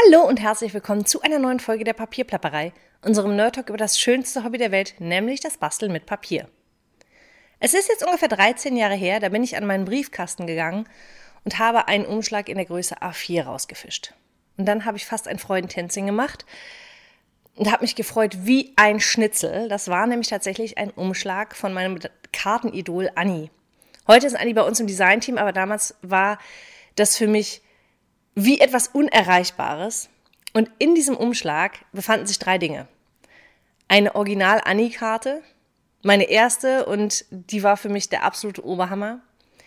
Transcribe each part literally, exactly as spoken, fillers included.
Hallo und herzlich willkommen zu einer neuen Folge der Papierplapperei, unserem Nerd-Talk über das schönste Hobby der Welt, nämlich das Basteln mit Papier. Es ist jetzt ungefähr dreizehn Jahre her, da bin ich an meinen Briefkasten gegangen und habe einen Umschlag in der Größe A vier rausgefischt. Und dann habe ich fast ein Freudentänzchen gemacht und habe mich gefreut wie ein Schnitzel. Das war nämlich tatsächlich ein Umschlag von meinem Kartenidol Anni. Heute ist Anni bei uns im Designteam, aber damals war das für mich wie etwas Unerreichbares. Und in diesem Umschlag befanden sich drei Dinge. Eine Original-Anni-Karte, meine erste, und die war für mich der absolute Oberhammer.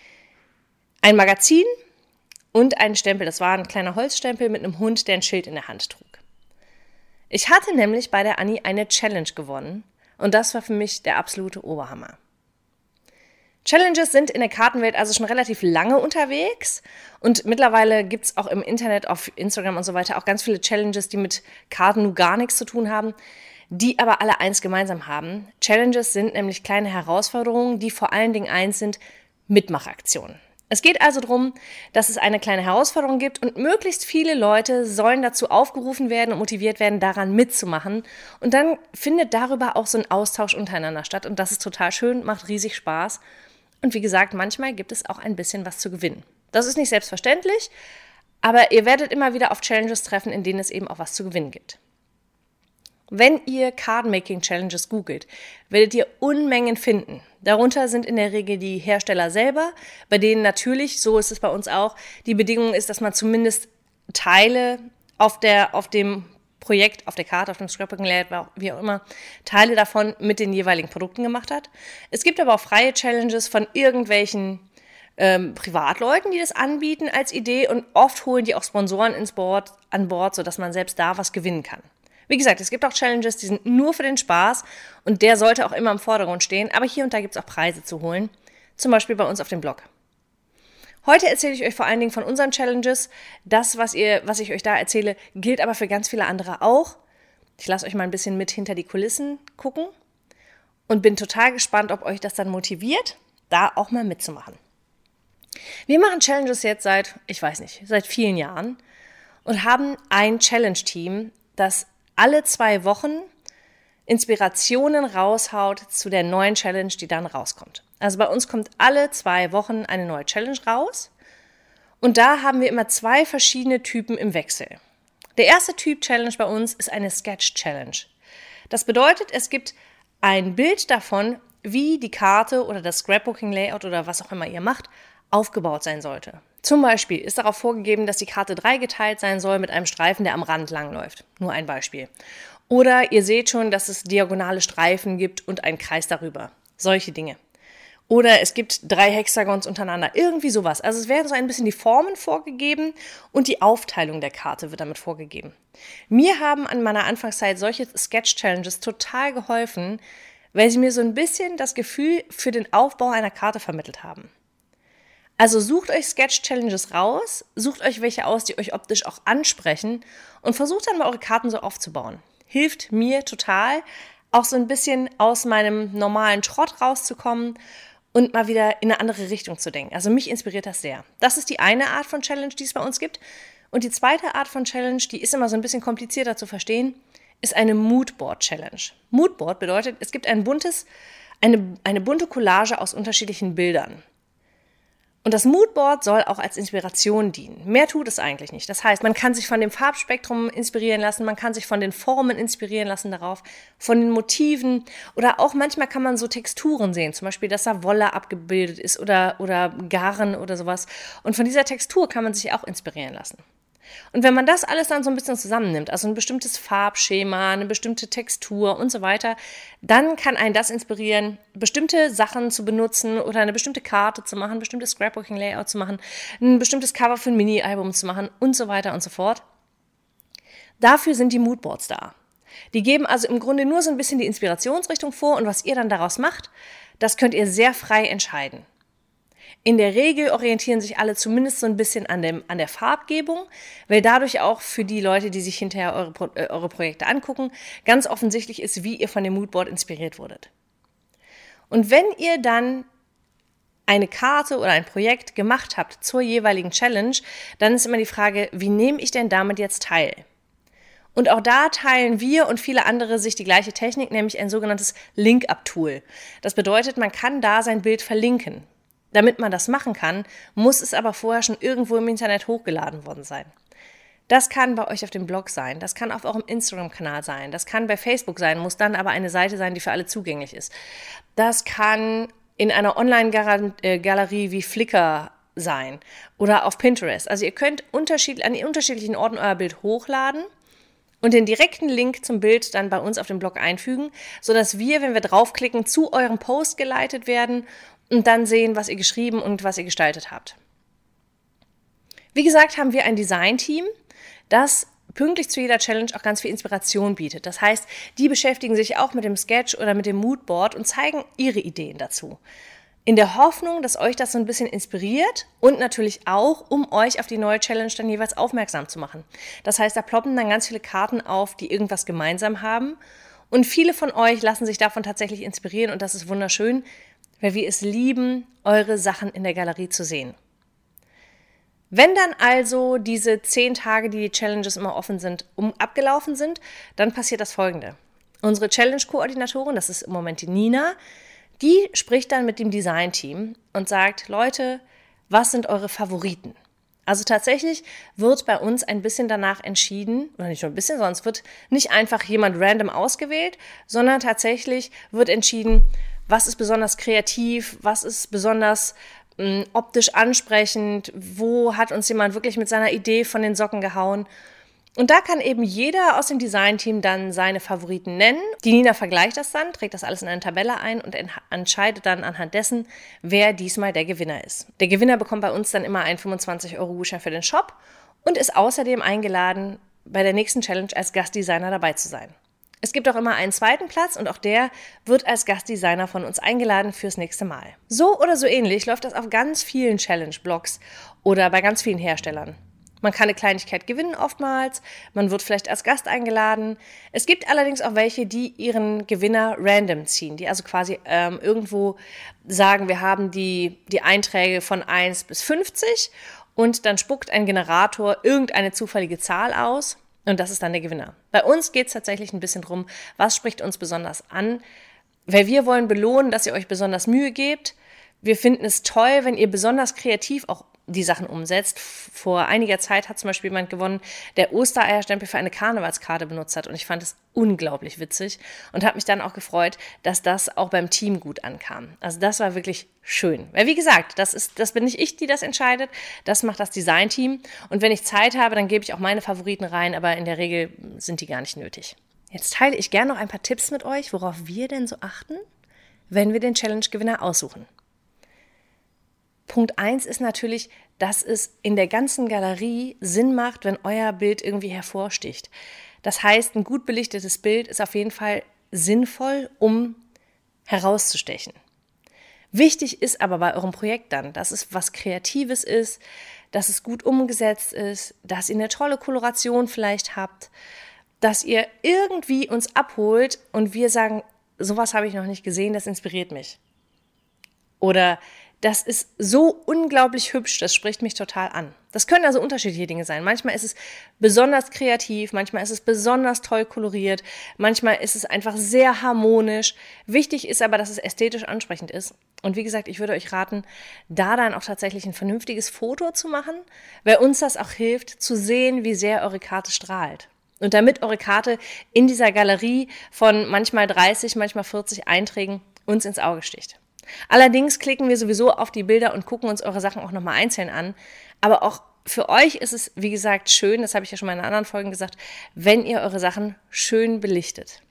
Ein Magazin und ein Stempel. Das war ein kleiner Holzstempel mit einem Hund, der ein Schild in der Hand trug. Ich hatte nämlich bei der Anni eine Challenge gewonnen und das war für mich der absolute Oberhammer. Challenges sind in der Kartenwelt also schon relativ lange unterwegs und mittlerweile gibt es auch im Internet, auf Instagram und so weiter auch ganz viele Challenges, die mit Karten nur gar nichts zu tun haben, die aber alle eins gemeinsam haben. Challenges sind nämlich kleine Herausforderungen, die vor allen Dingen eins sind: Mitmachaktionen. Es geht also darum, dass es eine kleine Herausforderung gibt und möglichst viele Leute sollen dazu aufgerufen werden und motiviert werden, daran mitzumachen. Und dann findet darüber auch so ein Austausch untereinander statt und das ist total schön, macht riesig Spaß. Und wie gesagt, manchmal gibt es auch ein bisschen was zu gewinnen. Das ist nicht selbstverständlich, aber ihr werdet immer wieder auf Challenges treffen, in denen es eben auch was zu gewinnen gibt. Wenn ihr Card-Making-Challenges googelt, werdet ihr Unmengen finden. Darunter sind in der Regel die Hersteller selber, bei denen natürlich, so ist es bei uns auch, die Bedingung ist, dass man zumindest Teile auf der, auf dem Projekt, auf der Karte, auf dem Scrapbooking-Layout, wie auch immer, Teile davon mit den jeweiligen Produkten gemacht hat. Es gibt aber auch freie Challenges von irgendwelchen ähm, Privatleuten, die das anbieten als Idee und oft holen die auch Sponsoren ins Board, an Bord, sodass man selbst da was gewinnen kann. Wie gesagt, es gibt auch Challenges, die sind nur für den Spaß und der sollte auch immer im Vordergrund stehen, aber hier und da gibt es auch Preise zu holen, zum Beispiel bei uns auf dem Blog. Heute erzähle ich euch vor allen Dingen von unseren Challenges. Das, was ihr, was ich euch da erzähle, gilt aber für ganz viele andere auch. Ich lasse euch mal ein bisschen mit hinter die Kulissen gucken und bin total gespannt, ob euch das dann motiviert, da auch mal mitzumachen. Wir machen Challenges jetzt seit, ich weiß nicht, seit vielen Jahren und haben ein Challenge-Team, das alle zwei Wochen Inspirationen raushaut zu der neuen Challenge, die dann rauskommt. Also bei uns kommt alle zwei Wochen eine neue Challenge raus und da haben wir immer zwei verschiedene Typen im Wechsel. Der erste Typ Challenge bei uns ist eine Sketch Challenge. Das bedeutet, es gibt ein Bild davon, wie die Karte oder das Scrapbooking Layout oder was auch immer ihr macht, aufgebaut sein sollte. Zum Beispiel ist darauf vorgegeben, dass die Karte dreigeteilt sein soll mit einem Streifen, der am Rand langläuft. Nur ein Beispiel. Oder ihr seht schon, dass es diagonale Streifen gibt und einen Kreis darüber. Solche Dinge. Oder es gibt drei Hexagons untereinander. Irgendwie sowas. Also es werden so ein bisschen die Formen vorgegeben und die Aufteilung der Karte wird damit vorgegeben. Mir haben an meiner Anfangszeit solche Sketch-Challenges total geholfen, weil sie mir so ein bisschen das Gefühl für den Aufbau einer Karte vermittelt haben. Also sucht euch Sketch-Challenges raus, sucht euch welche aus, die euch optisch auch ansprechen und versucht dann mal eure Karten so aufzubauen. Hilft mir total, auch so ein bisschen aus meinem normalen Trott rauszukommen und mal wieder in eine andere Richtung zu denken. Also mich inspiriert das sehr. Das ist die eine Art von Challenge, die es bei uns gibt. Und die zweite Art von Challenge, die ist immer so ein bisschen komplizierter zu verstehen, ist eine Moodboard-Challenge. Moodboard bedeutet, es gibt ein buntes, eine, eine bunte Collage aus unterschiedlichen Bildern. Und das Moodboard soll auch als Inspiration dienen. Mehr tut es eigentlich nicht. Das heißt, man kann sich von dem Farbspektrum inspirieren lassen, man kann sich von den Formen inspirieren lassen darauf, von den Motiven oder auch manchmal kann man so Texturen sehen, zum Beispiel, dass da Wolle abgebildet ist oder, oder Garn oder sowas. Und von dieser Textur kann man sich auch inspirieren lassen. Und wenn man das alles dann so ein bisschen zusammennimmt, also ein bestimmtes Farbschema, eine bestimmte Textur und so weiter, dann kann einen das inspirieren, bestimmte Sachen zu benutzen oder eine bestimmte Karte zu machen, ein bestimmtes Scrapbooking-Layout zu machen, ein bestimmtes Cover für ein Mini-Album zu machen und so weiter und so fort. Dafür sind die Moodboards da. Die geben also im Grunde nur so ein bisschen die Inspirationsrichtung vor und was ihr dann daraus macht, das könnt ihr sehr frei entscheiden. In der Regel orientieren sich alle zumindest so ein bisschen an, dem, an der Farbgebung, weil dadurch auch für die Leute, die sich hinterher eure, Pro, äh, eure Projekte angucken, ganz offensichtlich ist, wie ihr von dem Moodboard inspiriert wurdet. Und wenn ihr dann eine Karte oder ein Projekt gemacht habt zur jeweiligen Challenge, dann ist immer die Frage, wie nehme ich denn damit jetzt teil? Und auch da teilen wir und viele andere sich die gleiche Technik, nämlich ein sogenanntes Link-Up-Tool. Das bedeutet, man kann da sein Bild verlinken. Damit man das machen kann, muss es aber vorher schon irgendwo im Internet hochgeladen worden sein. Das kann bei euch auf dem Blog sein, das kann auf eurem Instagram-Kanal sein, das kann bei Facebook sein, muss dann aber eine Seite sein, die für alle zugänglich ist. Das kann in einer Online-Galerie wie Flickr sein oder auf Pinterest. Also ihr könnt unterschied- an unterschiedlichen Orten euer Bild hochladen und den direkten Link zum Bild dann bei uns auf dem Blog einfügen, sodass wir, wenn wir draufklicken, zu eurem Post geleitet werden und dann sehen, was ihr geschrieben und was ihr gestaltet habt. Wie gesagt, haben wir ein Design-Team, das pünktlich zu jeder Challenge auch ganz viel Inspiration bietet. Das heißt, die beschäftigen sich auch mit dem Sketch oder mit dem Moodboard und zeigen ihre Ideen dazu. In der Hoffnung, dass euch das so ein bisschen inspiriert und natürlich auch, um euch auf die neue Challenge dann jeweils aufmerksam zu machen. Das heißt, da ploppen dann ganz viele Karten auf, die irgendwas gemeinsam haben. Und viele von euch lassen sich davon tatsächlich inspirieren und das ist wunderschön, weil wir es lieben, eure Sachen in der Galerie zu sehen. Wenn dann also diese zehn Tage, die die Challenges immer offen sind, um abgelaufen sind, dann passiert das Folgende. Unsere Challenge-Koordinatorin, das ist im Moment die Nina, die spricht dann mit dem Design-Team und sagt, Leute, was sind eure Favoriten? Also tatsächlich wird bei uns ein bisschen danach entschieden, oder nicht nur ein bisschen, sondern es wird nicht einfach jemand random ausgewählt, sondern tatsächlich wird entschieden, was ist besonders kreativ, was ist besonders mh, optisch ansprechend, wo hat uns jemand wirklich mit seiner Idee von den Socken gehauen. Und da kann eben jeder aus dem Designteam dann seine Favoriten nennen. Die Nina vergleicht das dann, trägt das alles in eine Tabelle ein und entscheidet dann anhand dessen, wer diesmal der Gewinner ist. Der Gewinner bekommt bei uns dann immer einen fünfundzwanzig Euro Gutschein für den Shop und ist außerdem eingeladen, bei der nächsten Challenge als Gastdesigner dabei zu sein. Es gibt auch immer einen zweiten Platz und auch der wird als Gastdesigner von uns eingeladen fürs nächste Mal. So oder so ähnlich läuft das auf ganz vielen Challenge-Blogs oder bei ganz vielen Herstellern. Man kann eine Kleinigkeit gewinnen oftmals, man wird vielleicht als Gast eingeladen. Es gibt allerdings auch welche, die ihren Gewinner random ziehen, die also quasi ähm, irgendwo sagen, wir haben die, die Einträge von eins bis fünfzig und dann spuckt ein Generator irgendeine zufällige Zahl aus und das ist dann der Gewinner. Bei uns geht es tatsächlich ein bisschen drum, was spricht uns besonders an, weil wir wollen belohnen, dass ihr euch besonders Mühe gebt. Wir finden es toll, wenn ihr besonders kreativ auch die Sachen umsetzt. Vor einiger Zeit hat zum Beispiel jemand gewonnen, der Ostereierstempel für eine Karnevalskarte benutzt hat und ich fand es unglaublich witzig und habe mich dann auch gefreut, dass das auch beim Team gut ankam. Also das war wirklich schön. Weil wie gesagt, das ist, das bin nicht ich, die das entscheidet, das macht das Designteam und wenn ich Zeit habe, dann gebe ich auch meine Favoriten rein, aber in der Regel sind die gar nicht nötig. Jetzt teile ich gerne noch ein paar Tipps mit euch, worauf wir denn so achten, wenn wir den Challenge-Gewinner aussuchen. Punkt eins ist natürlich, dass es in der ganzen Galerie Sinn macht, wenn euer Bild irgendwie hervorsticht. Das heißt, ein gut belichtetes Bild ist auf jeden Fall sinnvoll, um herauszustechen. Wichtig ist aber bei eurem Projekt dann, dass es was Kreatives ist, dass es gut umgesetzt ist, dass ihr eine tolle Koloration vielleicht habt, dass ihr irgendwie uns abholt und wir sagen, sowas habe ich noch nicht gesehen, das inspiriert mich. Oder das ist so unglaublich hübsch, das spricht mich total an. Das können also unterschiedliche Dinge sein. Manchmal ist es besonders kreativ, manchmal ist es besonders toll koloriert, manchmal ist es einfach sehr harmonisch. Wichtig ist aber, dass es ästhetisch ansprechend ist. Und wie gesagt, ich würde euch raten, da dann auch tatsächlich ein vernünftiges Foto zu machen, weil uns das auch hilft, zu sehen, wie sehr eure Karte strahlt. Und damit eure Karte in dieser Galerie von manchmal dreißig, manchmal vierzig Einträgen uns ins Auge sticht. Allerdings klicken wir sowieso auf die Bilder und gucken uns eure Sachen auch nochmal einzeln an. Aber auch für euch ist es, wie gesagt, schön, das habe ich ja schon mal in anderen Folgen gesagt, wenn ihr eure Sachen schön belichtet.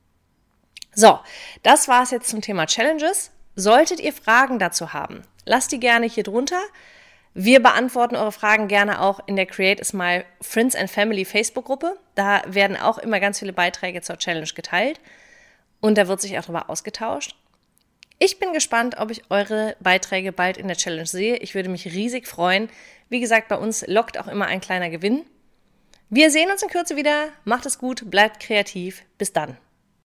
So, das war es jetzt zum Thema Challenges. Solltet ihr Fragen dazu haben, lasst die gerne hier drunter. Wir beantworten eure Fragen gerne auch in der Create a Smile Friends and Family Facebook-Gruppe. Da werden auch immer ganz viele Beiträge zur Challenge geteilt und da wird sich auch darüber ausgetauscht. Ich bin gespannt, ob ich eure Beiträge bald in der Challenge sehe. Ich würde mich riesig freuen. Wie gesagt, bei uns lockt auch immer ein kleiner Gewinn. Wir sehen uns in Kürze wieder. Macht es gut, bleibt kreativ. Bis dann.